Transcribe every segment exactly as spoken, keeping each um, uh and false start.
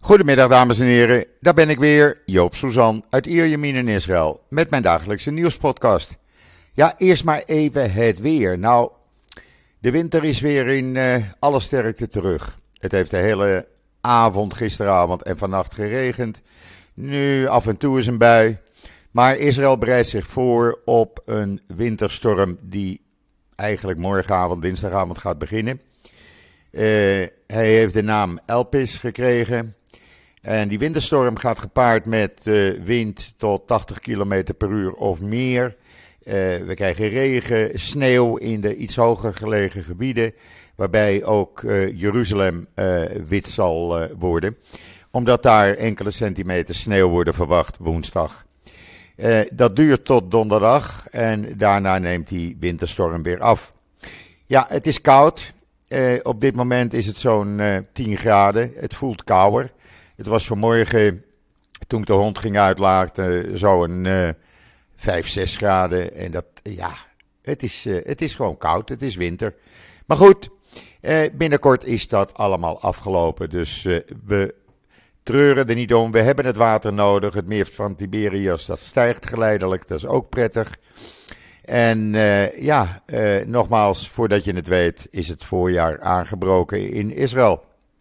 Goedemiddag dames en heren, daar ben ik weer, Joop Suzan uit Ierjemien in Israël met mijn dagelijkse nieuwspodcast. Ja, eerst maar even het weer. Nou, de winter is weer in uh, alle sterkte terug. Het heeft de hele avond, gisteravond en vannacht geregend. Nu af en toe is een bui. Maar Israël bereidt zich voor op een winterstorm die eigenlijk morgenavond, dinsdagavond gaat beginnen. Uh, hij heeft de naam Elpis gekregen. En die winterstorm gaat gepaard met uh, wind tot tachtig kilometer per uur of meer. Uh, we krijgen regen, sneeuw in de iets hoger gelegen gebieden. Waarbij ook uh, Jeruzalem uh, wit zal uh, worden. Omdat daar enkele centimeter sneeuw worden verwacht woensdag. Uh, dat duurt tot donderdag en daarna neemt die winterstorm weer af. Ja, het is koud. Uh, op dit moment is het zo'n uh, tien graden. Het voelt kouder. Het was vanmorgen, toen ik de hond ging uitlaten, zo'n uh, vijf, zes graden. En dat, ja, het is, uh, het is gewoon koud. Het is winter. Maar goed, uh, binnenkort is dat allemaal afgelopen. Dus uh, we treuren er niet om. We hebben het water nodig. Het meer van Tiberias, dat stijgt geleidelijk. Dat is ook prettig. En uh, ja, uh, nogmaals, voordat je het weet, is het voorjaar aangebroken in Israël.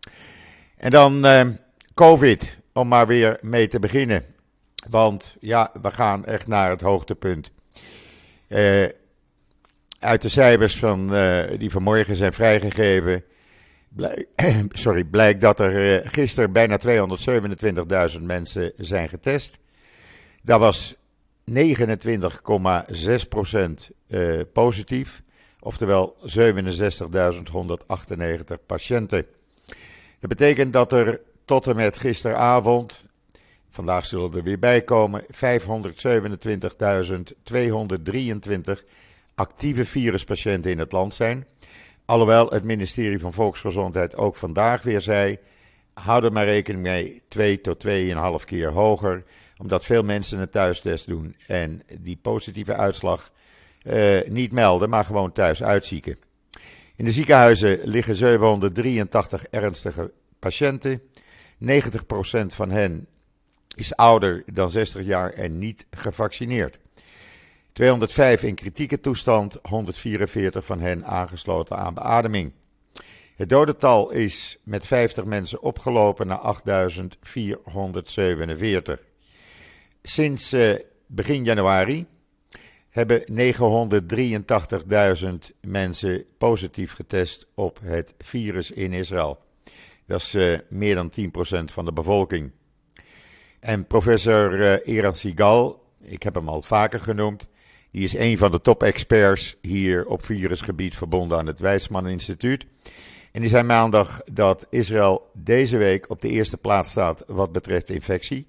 En dan uh, COVID, om maar weer mee te beginnen. Want ja, we gaan echt naar het hoogtepunt. Uh, uit de cijfers van, uh, die vanmorgen zijn vrijgegeven, blijk, sorry, blijkt dat er uh, gisteren bijna tweehonderdzevenentwintigduizend mensen zijn getest. Dat was negenentwintig komma zes procent uh, positief, oftewel zevenenzestigduizend honderdachtennegentig patiënten. Dat betekent dat er tot en met gisteravond, vandaag zullen er weer bij komen, vijfhonderdzevenentwintigduizend tweehonderddrieëntwintig actieve viruspatiënten in het land zijn. Alhoewel het ministerie van Volksgezondheid ook vandaag weer zei, hou er maar rekening mee, twee tot twee komma vijf keer hoger, omdat veel mensen een thuistest doen en die positieve uitslag uh, niet melden, maar gewoon thuis uitzieken. In de ziekenhuizen liggen zevenhonderddrieëntachtig ernstige patiënten. negentig procent van hen is ouder dan zestig jaar en niet gevaccineerd. tweehonderdvijf in kritieke toestand, honderdvierenveertig van hen aangesloten aan beademing. Het dodental is met vijftig mensen opgelopen naar achtduizend vierhonderdzevenenveertig. Sinds uh, begin januari hebben negenhonderddrieëntachtigduizend mensen positief getest op het virus in Israël. Dat is uh, meer dan tien procent van de bevolking. En professor uh, Eran Segal, ik heb hem al vaker genoemd, die is een van de top-experts hier op virusgebied verbonden aan het Weizmann Instituut. En die zei maandag dat Israël deze week op de eerste plaats staat wat betreft infectie.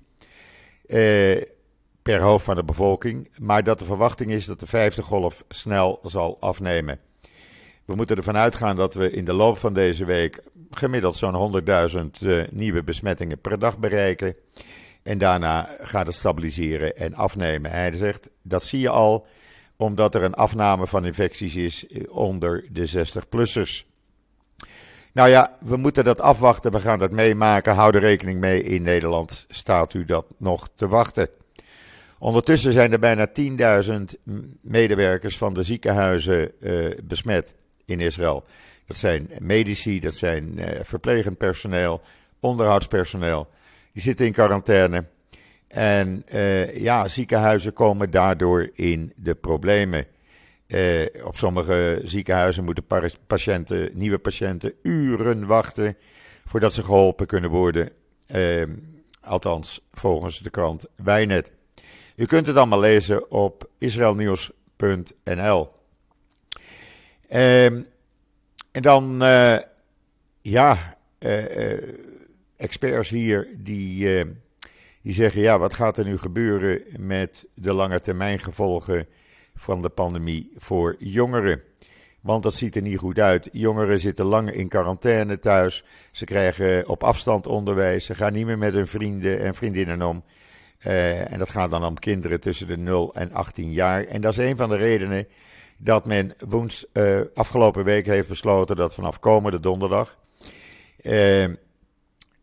Uh, per hoofd van de bevolking. Maar dat de verwachting is dat de vijfde golf snel zal afnemen. We moeten ervan uitgaan dat we in de loop van deze week gemiddeld zo'n honderdduizend uh, nieuwe besmettingen per dag bereiken. En daarna gaat het stabiliseren en afnemen. Hij zegt, dat zie je al, omdat er een afname van infecties is onder de zestig-plussers. Nou ja, we moeten dat afwachten, we gaan dat meemaken. Hou er rekening mee, in Nederland staat u dat nog te wachten. Ondertussen zijn er bijna tienduizend medewerkers van de ziekenhuizen uh, besmet in Israël. Dat zijn medici, dat zijn uh, verplegend personeel, onderhoudspersoneel. Die zitten in quarantaine. En uh, ja, ziekenhuizen komen daardoor in de problemen. Uh, op sommige ziekenhuizen moeten patiënten, nieuwe patiënten uren wachten voordat ze geholpen kunnen worden. Uh, althans, volgens de krant Wijnet. U kunt het allemaal lezen op israelnieuws punt n l. Uh, en dan, uh, ja, uh, uh, experts hier die, uh, die zeggen, ja, wat gaat er nu gebeuren met de lange termijn gevolgen van de pandemie voor jongeren? Want dat ziet er niet goed uit. Jongeren zitten lang in quarantaine thuis. Ze krijgen op afstand onderwijs. Ze gaan niet meer met hun vrienden en vriendinnen om. Uh, en dat gaat dan om kinderen tussen de nul en achttien jaar. En dat is een van de redenen dat men woens, uh, afgelopen week heeft besloten dat vanaf komende donderdag uh,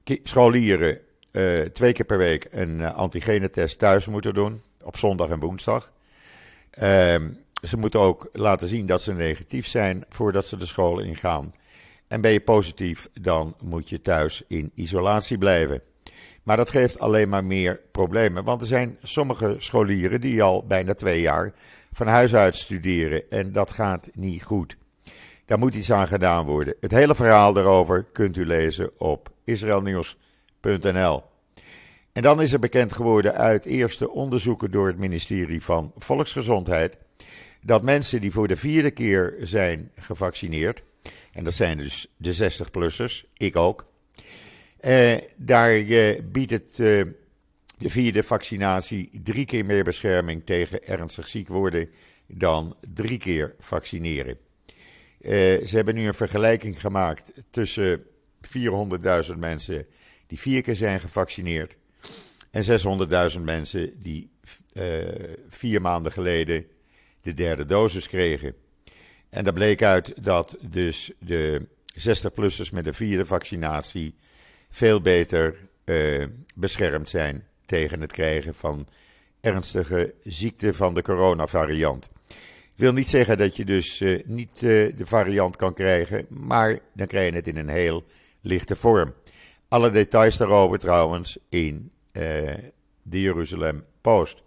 scholieren uh, twee keer per week een uh, antigenetest thuis moeten doen, op zondag en woensdag. Uh, ze moeten ook laten zien dat ze negatief zijn voordat ze de school ingaan. En ben je positief, dan moet je thuis in isolatie blijven. Maar dat geeft alleen maar meer problemen, want er zijn sommige scholieren die al bijna twee jaar van huis uit studeren en dat gaat niet goed. Daar moet iets aan gedaan worden. Het hele verhaal daarover kunt u lezen op israelnieuws punt n l. En dan is er bekend geworden uit eerste onderzoeken door het ministerie van Volksgezondheid dat mensen die voor de vierde keer zijn gevaccineerd, en dat zijn dus de zestig-plussers, ik ook, eh, daar eh, biedt het eh, de vierde vaccinatie drie keer meer bescherming tegen ernstig ziek worden dan drie keer vaccineren. Uh, ze hebben nu een vergelijking gemaakt tussen vierhonderdduizend mensen die vier keer zijn gevaccineerd en zeshonderdduizend mensen die uh, vier maanden geleden de derde dosis kregen. En daar bleek uit dat dus de zestig-plussers met de vierde vaccinatie veel beter uh, beschermd zijn tegen het krijgen van ernstige ziekte van de coronavariant. Ik wil niet zeggen dat je dus uh, niet uh, de variant kan krijgen, maar dan krijg je het in een heel lichte vorm. Alle details daarover trouwens in uh, de Jeruzalem Post.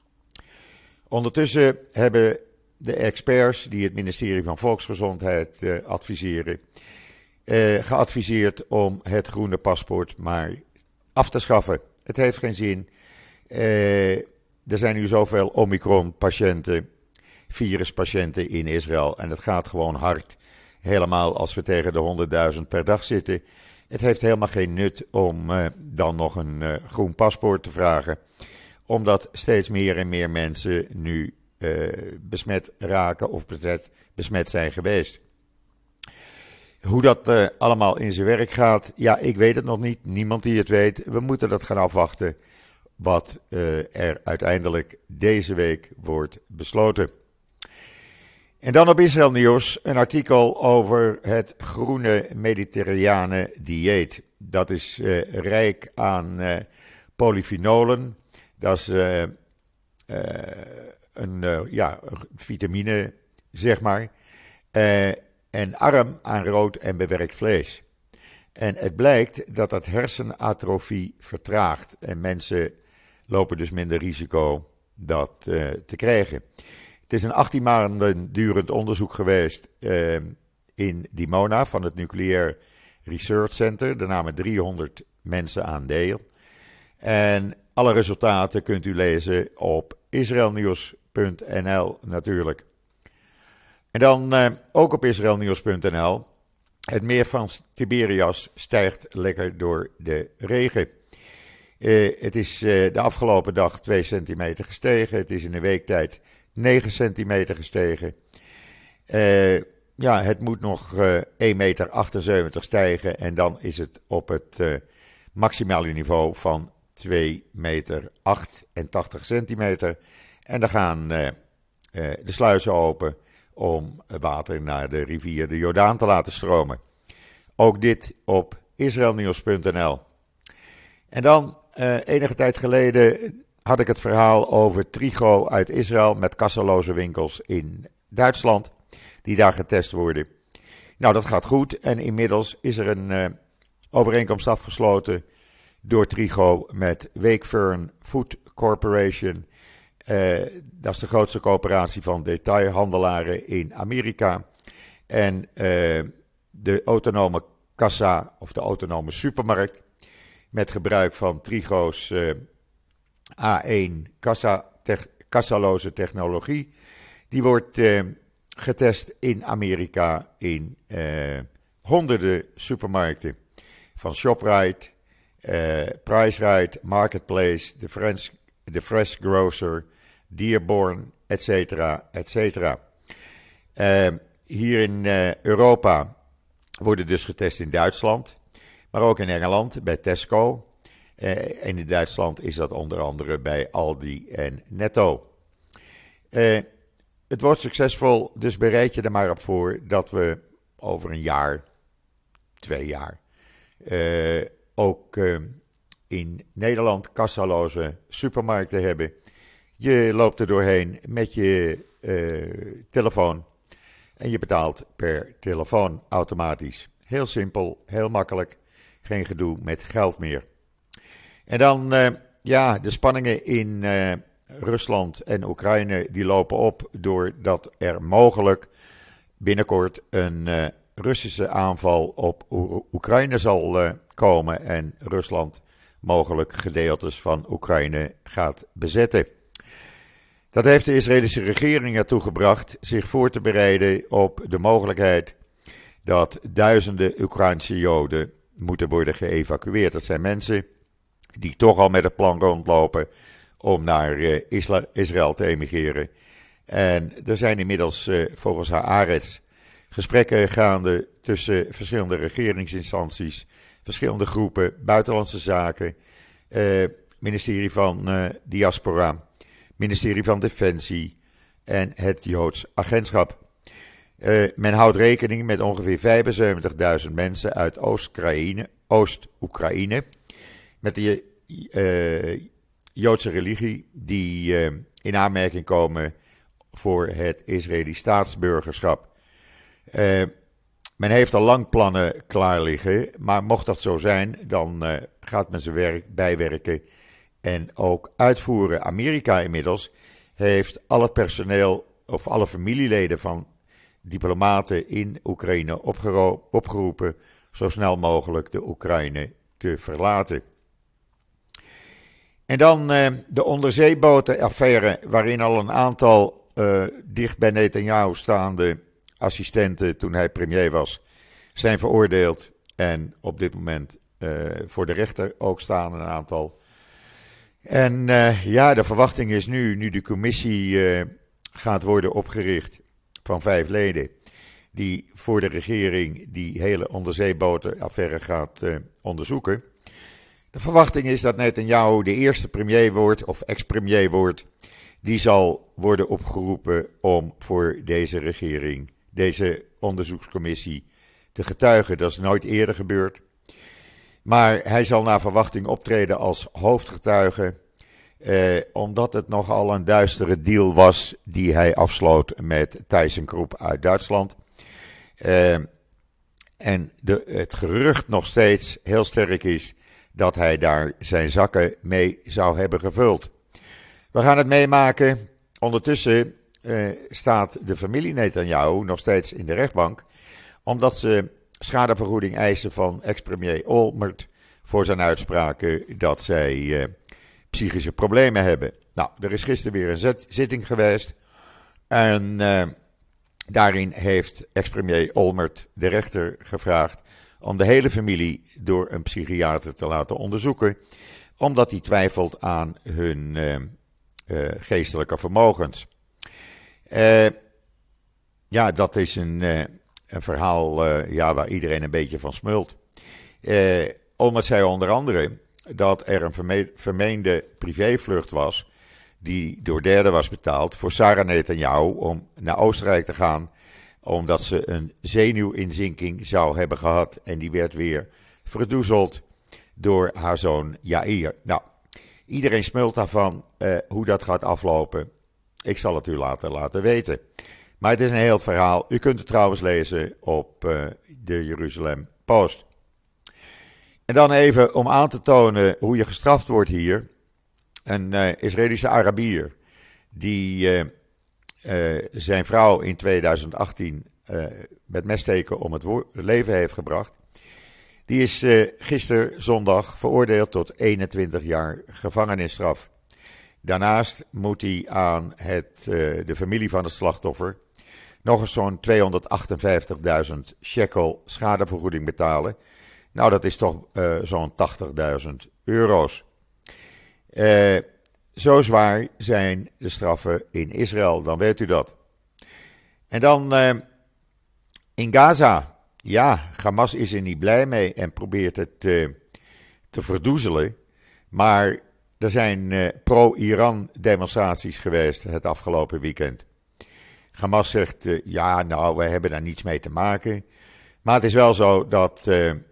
Ondertussen hebben de experts die het ministerie van Volksgezondheid uh, adviseren, uh, geadviseerd om het groene paspoort maar af te schaffen. Het heeft geen zin. Uh, er zijn nu zoveel Omicron-patiënten, viruspatiënten in Israël. En het gaat gewoon hard. Helemaal als we tegen de honderdduizend per dag zitten. Het heeft helemaal geen nut om uh, dan nog een uh, groen paspoort te vragen. Omdat steeds meer en meer mensen nu uh, besmet raken of besmet, besmet zijn geweest. Hoe dat uh, allemaal in zijn werk gaat, ja, ik weet het nog niet. Niemand die het weet. We moeten dat gaan afwachten wat uh, er uiteindelijk deze week wordt besloten. En dan op Israël Nieuws een artikel over het groene mediterrane dieet. Dat is uh, rijk aan uh, polyfenolen. Dat is uh, uh, een uh, ja, vitamine, zeg maar. Uh, en arm aan rood en bewerkt vlees. En het blijkt dat dat hersenatrofie vertraagt. En mensen lopen dus minder risico dat uh, te krijgen. Het is een achttien maanden durend onderzoek geweest uh, in Dimona van het Nuclear Research Center. Daar namen driehonderd mensen aan deel. En alle resultaten kunt u lezen op israelnieuws punt n l natuurlijk. En dan uh, ook op israelnieuws punt n l. Het meer van Tiberias stijgt lekker door de regen. Uh, het is uh, de afgelopen dag twee centimeter gestegen. Het is in een week tijd negen centimeter gestegen. Uh, ja, het moet nog uh, één komma achtenzeventig meter stijgen. En dan is het op het uh, maximale niveau van twee komma achtentachtig centimeter. En dan gaan uh, uh, de sluizen open om water naar de rivier de Jordaan te laten stromen. Ook dit op israelnieuws punt n l. En dan, uh, enige tijd geleden had ik het verhaal over Trigo uit Israël met kassaloze winkels in Duitsland, die daar getest worden. Nou, dat gaat goed en inmiddels is er een uh, overeenkomst afgesloten door Trigo met Wakefern Food Corporation. Uh, dat is de grootste coöperatie van detailhandelaren in Amerika. En uh, de autonome kassa of de autonome supermarkt met gebruik van Trigo's uh, A één kassa, te, kassaloze technologie. Die wordt uh, getest in Amerika in uh, honderden supermarkten. Van ShopRite, uh, PriceRite, Marketplace, de French, de Fresh Grocer, Dearborn, et cetera, et cetera. Uh, hier in uh, Europa worden dus getest in Duitsland, maar ook in Engeland bij Tesco. Uh, en in Duitsland is dat onder andere bij Aldi en Netto. Uh, het wordt succesvol, dus bereid je er maar op voor dat we over een jaar, twee jaar, uh, ook uh, in Nederland kassaloze supermarkten hebben. Je loopt er doorheen met je uh, telefoon en je betaalt per telefoon automatisch. Heel simpel, heel makkelijk, geen gedoe met geld meer. En dan, uh, ja, de spanningen in uh, Rusland en Oekraïne die lopen op doordat er mogelijk binnenkort een uh, Russische aanval op o- Oekraïne zal uh, komen en Rusland mogelijk gedeeltes van Oekraïne gaat bezetten. Dat heeft de Israëlische regering ertoe gebracht zich voor te bereiden op de mogelijkheid dat duizenden Oekraïnse Joden moeten worden geëvacueerd. Dat zijn mensen die toch al met het plan rondlopen om naar uh, Isla- Israël te emigreren. En er zijn inmiddels uh, volgens Haaretz gesprekken gaande tussen verschillende regeringsinstanties, verschillende groepen, buitenlandse zaken, uh, ministerie van uh, Diaspora, ministerie van Defensie en het Joods agentschap. Uh, men houdt rekening met ongeveer vijfenzeventigduizend mensen uit Oost-Oekraïne, Oost-Oekraïne met de uh, Joodse religie die uh, in aanmerking komen voor het Israëlisch staatsburgerschap. Uh, men heeft al lang plannen klaar liggen, maar mocht dat zo zijn, dan uh, gaat men ze werk, bijwerken en ook uitvoeren. Amerika inmiddels heeft al het personeel of alle familieleden van diplomaten in Oekraïne opgero- opgeroepen zo snel mogelijk de Oekraïne te verlaten. En dan uh, de onderzeebotenaffaire, waarin al een aantal uh, dicht bij Netanyahu staande assistenten toen hij premier was, zijn veroordeeld en op dit moment uh, voor de rechter ook staan een aantal. En uh, ja, de verwachting is nu, nu de commissie uh, gaat worden opgericht van vijf leden, die voor de regering die hele onderzeebotenaffaire gaat uh, onderzoeken. De verwachting is dat Netanyahu de eerste premier wordt, of ex-premier wordt, die zal worden opgeroepen om voor deze regering, deze onderzoekscommissie te getuigen. Dat is nooit eerder gebeurd. Maar hij zal naar verwachting optreden als hoofdgetuige, eh, omdat het nogal een duistere deal was die hij afsloot met ThyssenKrupp uit Duitsland. Eh, en de, het gerucht nog steeds heel sterk is dat hij daar zijn zakken mee zou hebben gevuld. We gaan het meemaken. Ondertussen uh, staat de familie Netanyahu nog steeds in de rechtbank, omdat ze schadevergoeding eisen van ex-premier Olmert voor zijn uitspraken dat zij uh, psychische problemen hebben. Nou, er is gisteren weer een zet- zitting geweest en uh, daarin heeft ex-premier Olmert de rechter gevraagd om de hele familie door een psychiater te laten onderzoeken, omdat hij twijfelt aan hun uh, uh, geestelijke vermogens. Uh, ja, dat is een, uh, een verhaal uh, ja, waar iedereen een beetje van smult. Uh, Olmert zei onder andere dat er een verme- vermeende privévlucht was die door derden was betaald voor Sarah Netanyahu om naar Oostenrijk te gaan, omdat ze een zenuwinzinking zou hebben gehad en die werd weer verdoezeld door haar zoon Yair. Nou, iedereen smult daarvan uh, hoe dat gaat aflopen. Ik zal het u later laten weten. Maar het is een heel verhaal. U kunt het trouwens lezen op uh, de Jeruzalem Post. En dan even om aan te tonen hoe je gestraft wordt hier. Een uh, Israëlische Arabier die uh, uh, zijn vrouw in tweeduizend achttien uh, met messteken om het wo- leven heeft gebracht. Die is uh, gisteren zondag veroordeeld tot eenentwintig jaar gevangenisstraf. Daarnaast moet hij aan het, uh, de familie van het slachtoffer nog eens zo'n tweehonderdachtenvijftigduizend shekel schadevergoeding betalen. Nou, dat is toch uh, zo'n tachtigduizend euro's. Uh, zo zwaar zijn de straffen in Israël, dan weet u dat. En dan uh, in Gaza. Ja, Hamas is er niet blij mee en probeert het uh, te verdoezelen. Maar er zijn uh, pro-Iran demonstraties geweest het afgelopen weekend. Hamas zegt, uh, ja, nou, we hebben daar niets mee te maken. Maar het is wel zo dat uh,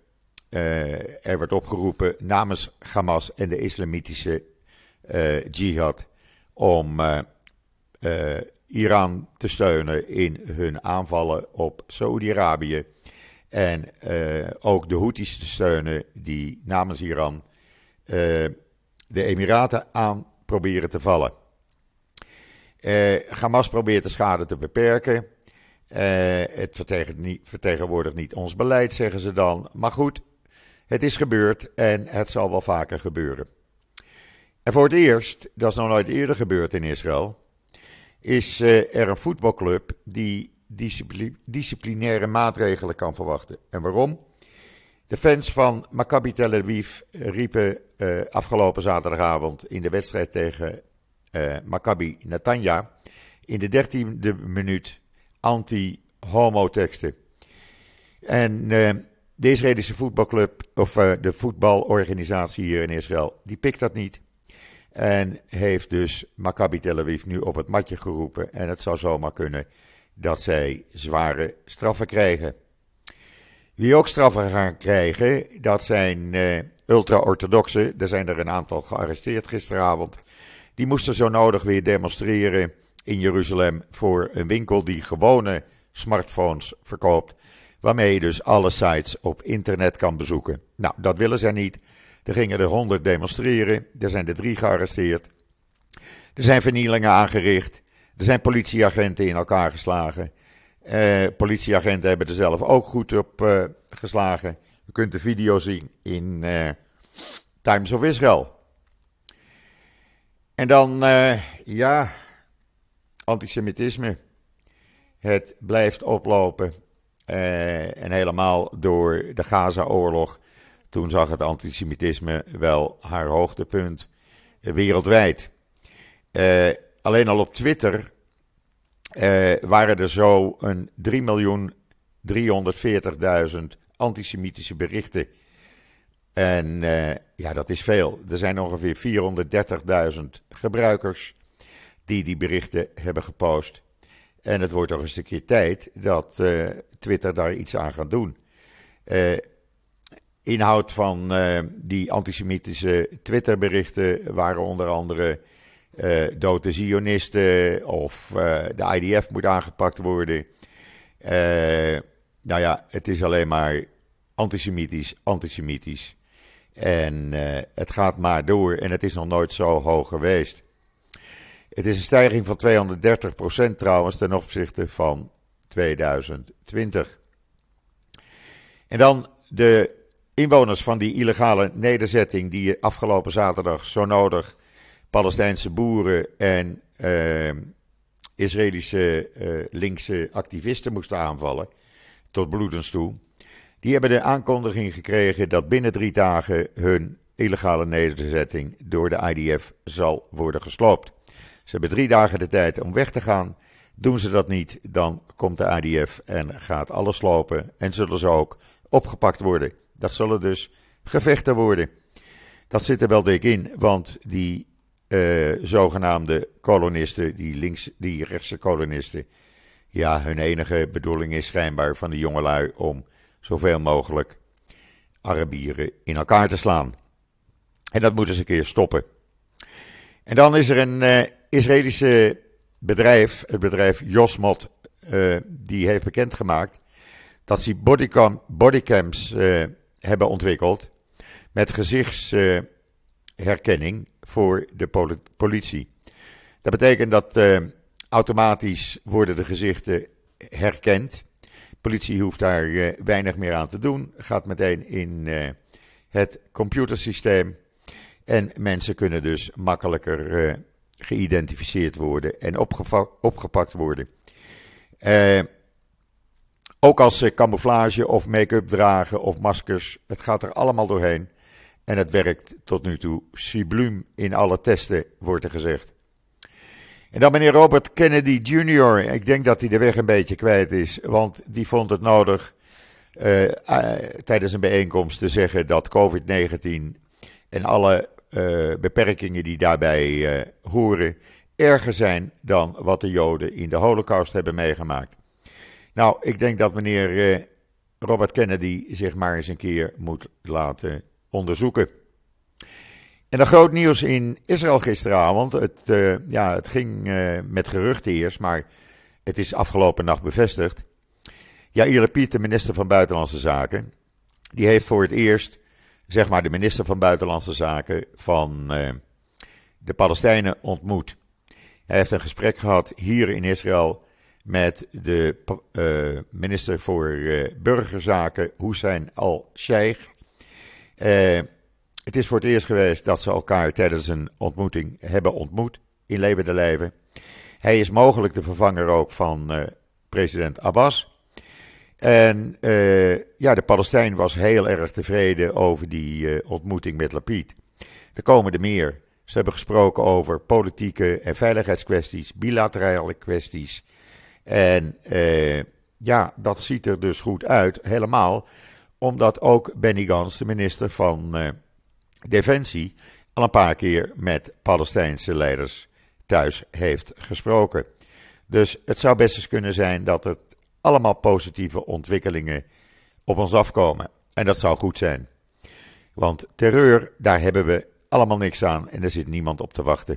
uh, er werd opgeroepen namens Hamas en de islamitische uh, jihad om uh, uh, Iran te steunen in hun aanvallen op Saoedi-Arabië. En uh, ook de Houthis te steunen die namens Iran uh, de Emiraten aan proberen te vallen. Uh, Hamas probeert de schade te beperken. Uh, het vertegenwoordigt niet ons beleid, zeggen ze dan. Maar goed, het is gebeurd en het zal wel vaker gebeuren. En voor het eerst, dat is nog nooit eerder gebeurd in Israël, is uh, er een voetbalclub die discipli- disciplinaire maatregelen kan verwachten. En waarom? De fans van Maccabi Tel Aviv riepen uh, afgelopen zaterdagavond in de wedstrijd tegen uh, Maccabi Netanya in de dertiende minuut anti-homo-teksten. En uh, de Israëlische voetbalclub, of uh, de voetbalorganisatie hier in Israël, die pikt dat niet. En heeft dus Maccabi Tel Aviv nu op het matje geroepen. En het zou zomaar kunnen dat zij zware straffen krijgen. Wie ook straffen gaan krijgen, dat zijn uh, ultra-orthodoxen. Er zijn er een aantal gearresteerd gisteravond. Die moesten zo nodig weer demonstreren in Jeruzalem voor een winkel die gewone smartphones verkoopt. Waarmee je dus alle sites op internet kan bezoeken. Nou, dat willen zij niet. Er gingen er honderd demonstreren. Er zijn er drie gearresteerd. Er zijn vernielingen aangericht. Er zijn politieagenten in elkaar geslagen. Uh, politieagenten hebben er zelf ook goed op uh, geslagen. U kunt de video zien in uh, Times of Israel. En dan, uh, ja, antisemitisme. Het blijft oplopen. Uh, en helemaal door de Gaza-oorlog. Toen zag het antisemitisme wel haar hoogtepunt uh, wereldwijd. Uh, alleen al op Twitter uh, waren er zo een drie miljoen driehonderdveertigduizend antisemitische berichten. En uh, ja, dat is veel. Er zijn ongeveer vierhonderddertigduizend gebruikers die die berichten hebben gepost. En het wordt toch eens een keer tijd dat uh, Twitter daar iets aan gaat doen. Uh, inhoud van uh, die antisemitische Twitterberichten waren onder andere uh, dood de Zionisten of uh, de I D F moet aangepakt worden. Uh, nou ja, het is alleen maar antisemitisch, antisemitisch. En uh, het gaat maar door en het is nog nooit zo hoog geweest. Het is een stijging van tweehonderddertig procent trouwens ten opzichte van tweeduizend twintig. En dan de inwoners van die illegale nederzetting die afgelopen zaterdag zo nodig Palestijnse boeren en uh, Israëlische uh, linkse activisten moesten aanvallen, tot bloedens toe. Die hebben de aankondiging gekregen dat binnen drie dagen hun illegale nederzetting door de I D F zal worden gesloopt. Ze hebben drie dagen de tijd om weg te gaan. Doen ze dat niet, dan komt de I D F en gaat alles slopen en zullen ze ook opgepakt worden. Dat zullen dus gevechten worden. Dat zit er wel dik in, want die uh, zogenaamde kolonisten, die, links, die rechtse kolonisten, ja, hun enige bedoeling is schijnbaar van de jongelui om zoveel mogelijk Arabieren in elkaar te slaan. En dat moeten ze een keer stoppen. En dan is er een uh, Israëlische bedrijf, het bedrijf Yosmot, uh, die heeft bekendgemaakt dat ze bodycam, bodycams uh, hebben ontwikkeld met gezichtsherkenning uh, voor de poli- politie. Dat betekent dat uh, automatisch worden de gezichten herkend. De politie hoeft daar uh, weinig meer aan te doen. Gaat meteen in uh, het computersysteem. En mensen kunnen dus makkelijker uh, geïdentificeerd worden en opgeva- opgepakt worden. Uh, ook als ze camouflage of make-up dragen of maskers. Het gaat er allemaal doorheen. En het werkt tot nu toe subliem in alle testen, wordt er gezegd. En dan meneer Robert Kennedy junior Ik denk dat hij de weg een beetje kwijt is. Want die vond het nodig uh, uh, tijdens een bijeenkomst te zeggen dat covid negentien en alle uh, beperkingen die daarbij uh, horen erger zijn dan wat de Joden in de Holocaust hebben meegemaakt. Nou, ik denk dat meneer uh, Robert Kennedy zich maar eens een keer moet laten onderzoeken. En dan groot nieuws in Israël gisteravond. Het, uh, ja, het ging uh, met geruchten eerst, maar het is afgelopen nacht bevestigd. Yair Lapid, de minister van Buitenlandse Zaken, die heeft voor het eerst, zeg maar, de minister van Buitenlandse Zaken van uh, de Palestijnen ontmoet. Hij heeft een gesprek gehad hier in Israël met de uh, minister voor uh, Burgerzaken, Hussein al-Sheikh. Uh, het is voor het eerst geweest dat ze elkaar tijdens een ontmoeting hebben ontmoet in levende lijven. Hij is mogelijk de vervanger ook van uh, president Abbas. En uh, ja, de Palestijn was heel erg tevreden over die uh, ontmoeting met Lapid. Er komen er meer. Ze hebben gesproken over politieke en veiligheidskwesties, bilaterale kwesties. En uh, ja, dat ziet er dus goed uit, helemaal omdat ook Benny Gantz, de minister van uh, Defensie, al een paar keer met Palestijnse leiders thuis heeft gesproken. Dus het zou best eens kunnen zijn dat er allemaal positieve ontwikkelingen op ons afkomen. En dat zou goed zijn. Want terreur, daar hebben we allemaal niks aan en er zit niemand op te wachten.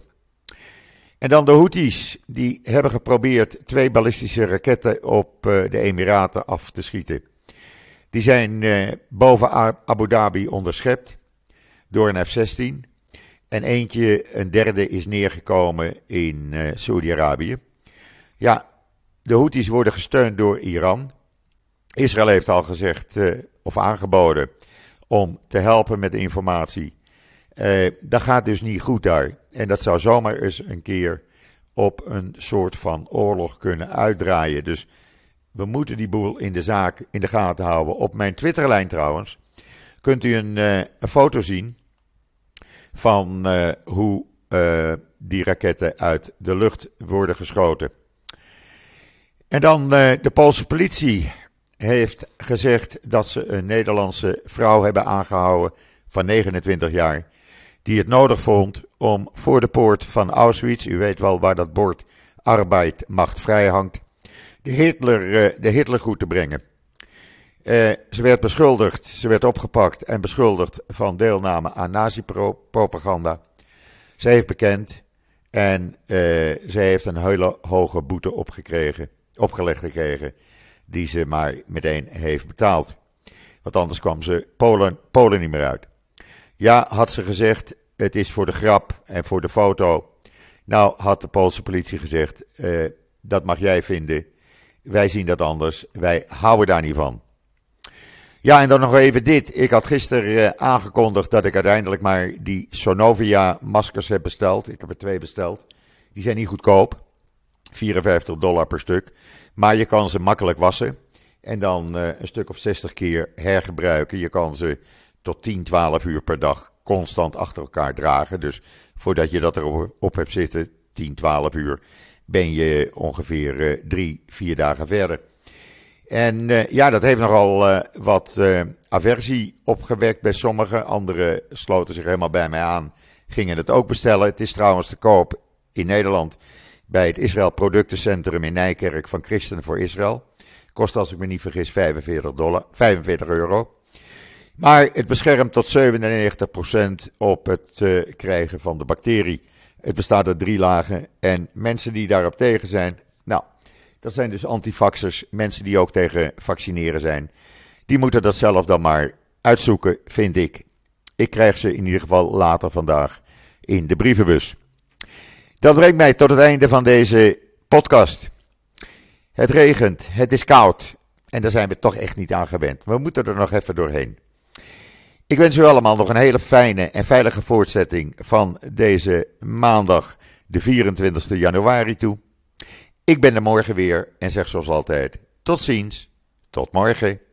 En dan de Houthis, die hebben geprobeerd twee ballistische raketten op uh, de Emiraten af te schieten. Die zijn uh, boven Abu Dhabi onderschept door een F zestien. En eentje, een derde, is neergekomen in uh, Saudi-Arabië. Ja, de Houthis worden gesteund door Iran. Israël heeft al gezegd, uh, of aangeboden, om te helpen met de informatie. Uh, dat gaat dus niet goed daar. En dat zou zomaar eens een keer op een soort van oorlog kunnen uitdraaien. Dus we moeten die boel in de zaak in de gaten houden. Op mijn Twitterlijn trouwens kunt u een, uh, een foto zien van uh, hoe uh, die raketten uit de lucht worden geschoten. En dan uh, de Poolse politie heeft gezegd dat ze een Nederlandse vrouw hebben aangehouden van negenentwintig jaar. Die het nodig vond om voor de poort van Auschwitz, u weet wel waar dat bord arbeid macht vrij hangt, de Hitler, uh, de Hitlergroet te brengen. Uh, ze werd beschuldigd, ze werd opgepakt en beschuldigd van deelname aan nazi-propaganda. Ze heeft bekend en uh, ze heeft een hele hoge boete opgekregen, opgelegd gekregen, die ze maar meteen heeft betaald. Want anders kwam ze Polen, Polen niet meer uit. Ja, had ze gezegd, het is voor de grap en voor de foto. Nou, had de Poolse politie gezegd, uh, dat mag jij vinden. Wij zien dat anders, wij houden daar niet van. Ja, en dan nog even dit. Ik had gisteren uh, aangekondigd dat ik uiteindelijk maar die Sonovia maskers heb besteld. Ik heb er twee besteld. Die zijn niet goedkoop. vierenvijftig dollar per stuk. Maar je kan ze makkelijk wassen. En dan uh, een stuk of zestig keer hergebruiken. Je kan ze tot tien, twaalf uur per dag constant achter elkaar dragen. Dus voordat je dat erop op hebt zitten, tien, twaalf uur, ben je ongeveer uh, drie, vier dagen verder. En uh, ja, dat heeft nogal uh, wat uh, aversie opgewekt bij sommigen. Anderen sloten zich helemaal bij mij aan, gingen het ook bestellen. Het is trouwens te koop in Nederland bij het Israël Productencentrum in Nijkerk van Christen voor Israël. Kost, als ik me niet vergis, vijfenveertig dollar, vijfenveertig euro. Maar het beschermt tot zevenennegentig procent op het uh, krijgen van de bacterie. Het bestaat uit drie lagen en mensen die daarop tegen zijn, nou, dat zijn dus antivaxers, mensen die ook tegen vaccineren zijn. Die moeten dat zelf dan maar uitzoeken, vind ik. Ik krijg ze in ieder geval later vandaag in de brievenbus. Dat brengt mij tot het einde van deze podcast. Het regent, het is koud en daar zijn we toch echt niet aan gewend. We moeten er nog even doorheen. Ik wens u allemaal nog een hele fijne en veilige voortzetting van deze maandag, de vierentwintigste januari toe. Ik ben er morgen weer en zeg zoals altijd, tot ziens, tot morgen.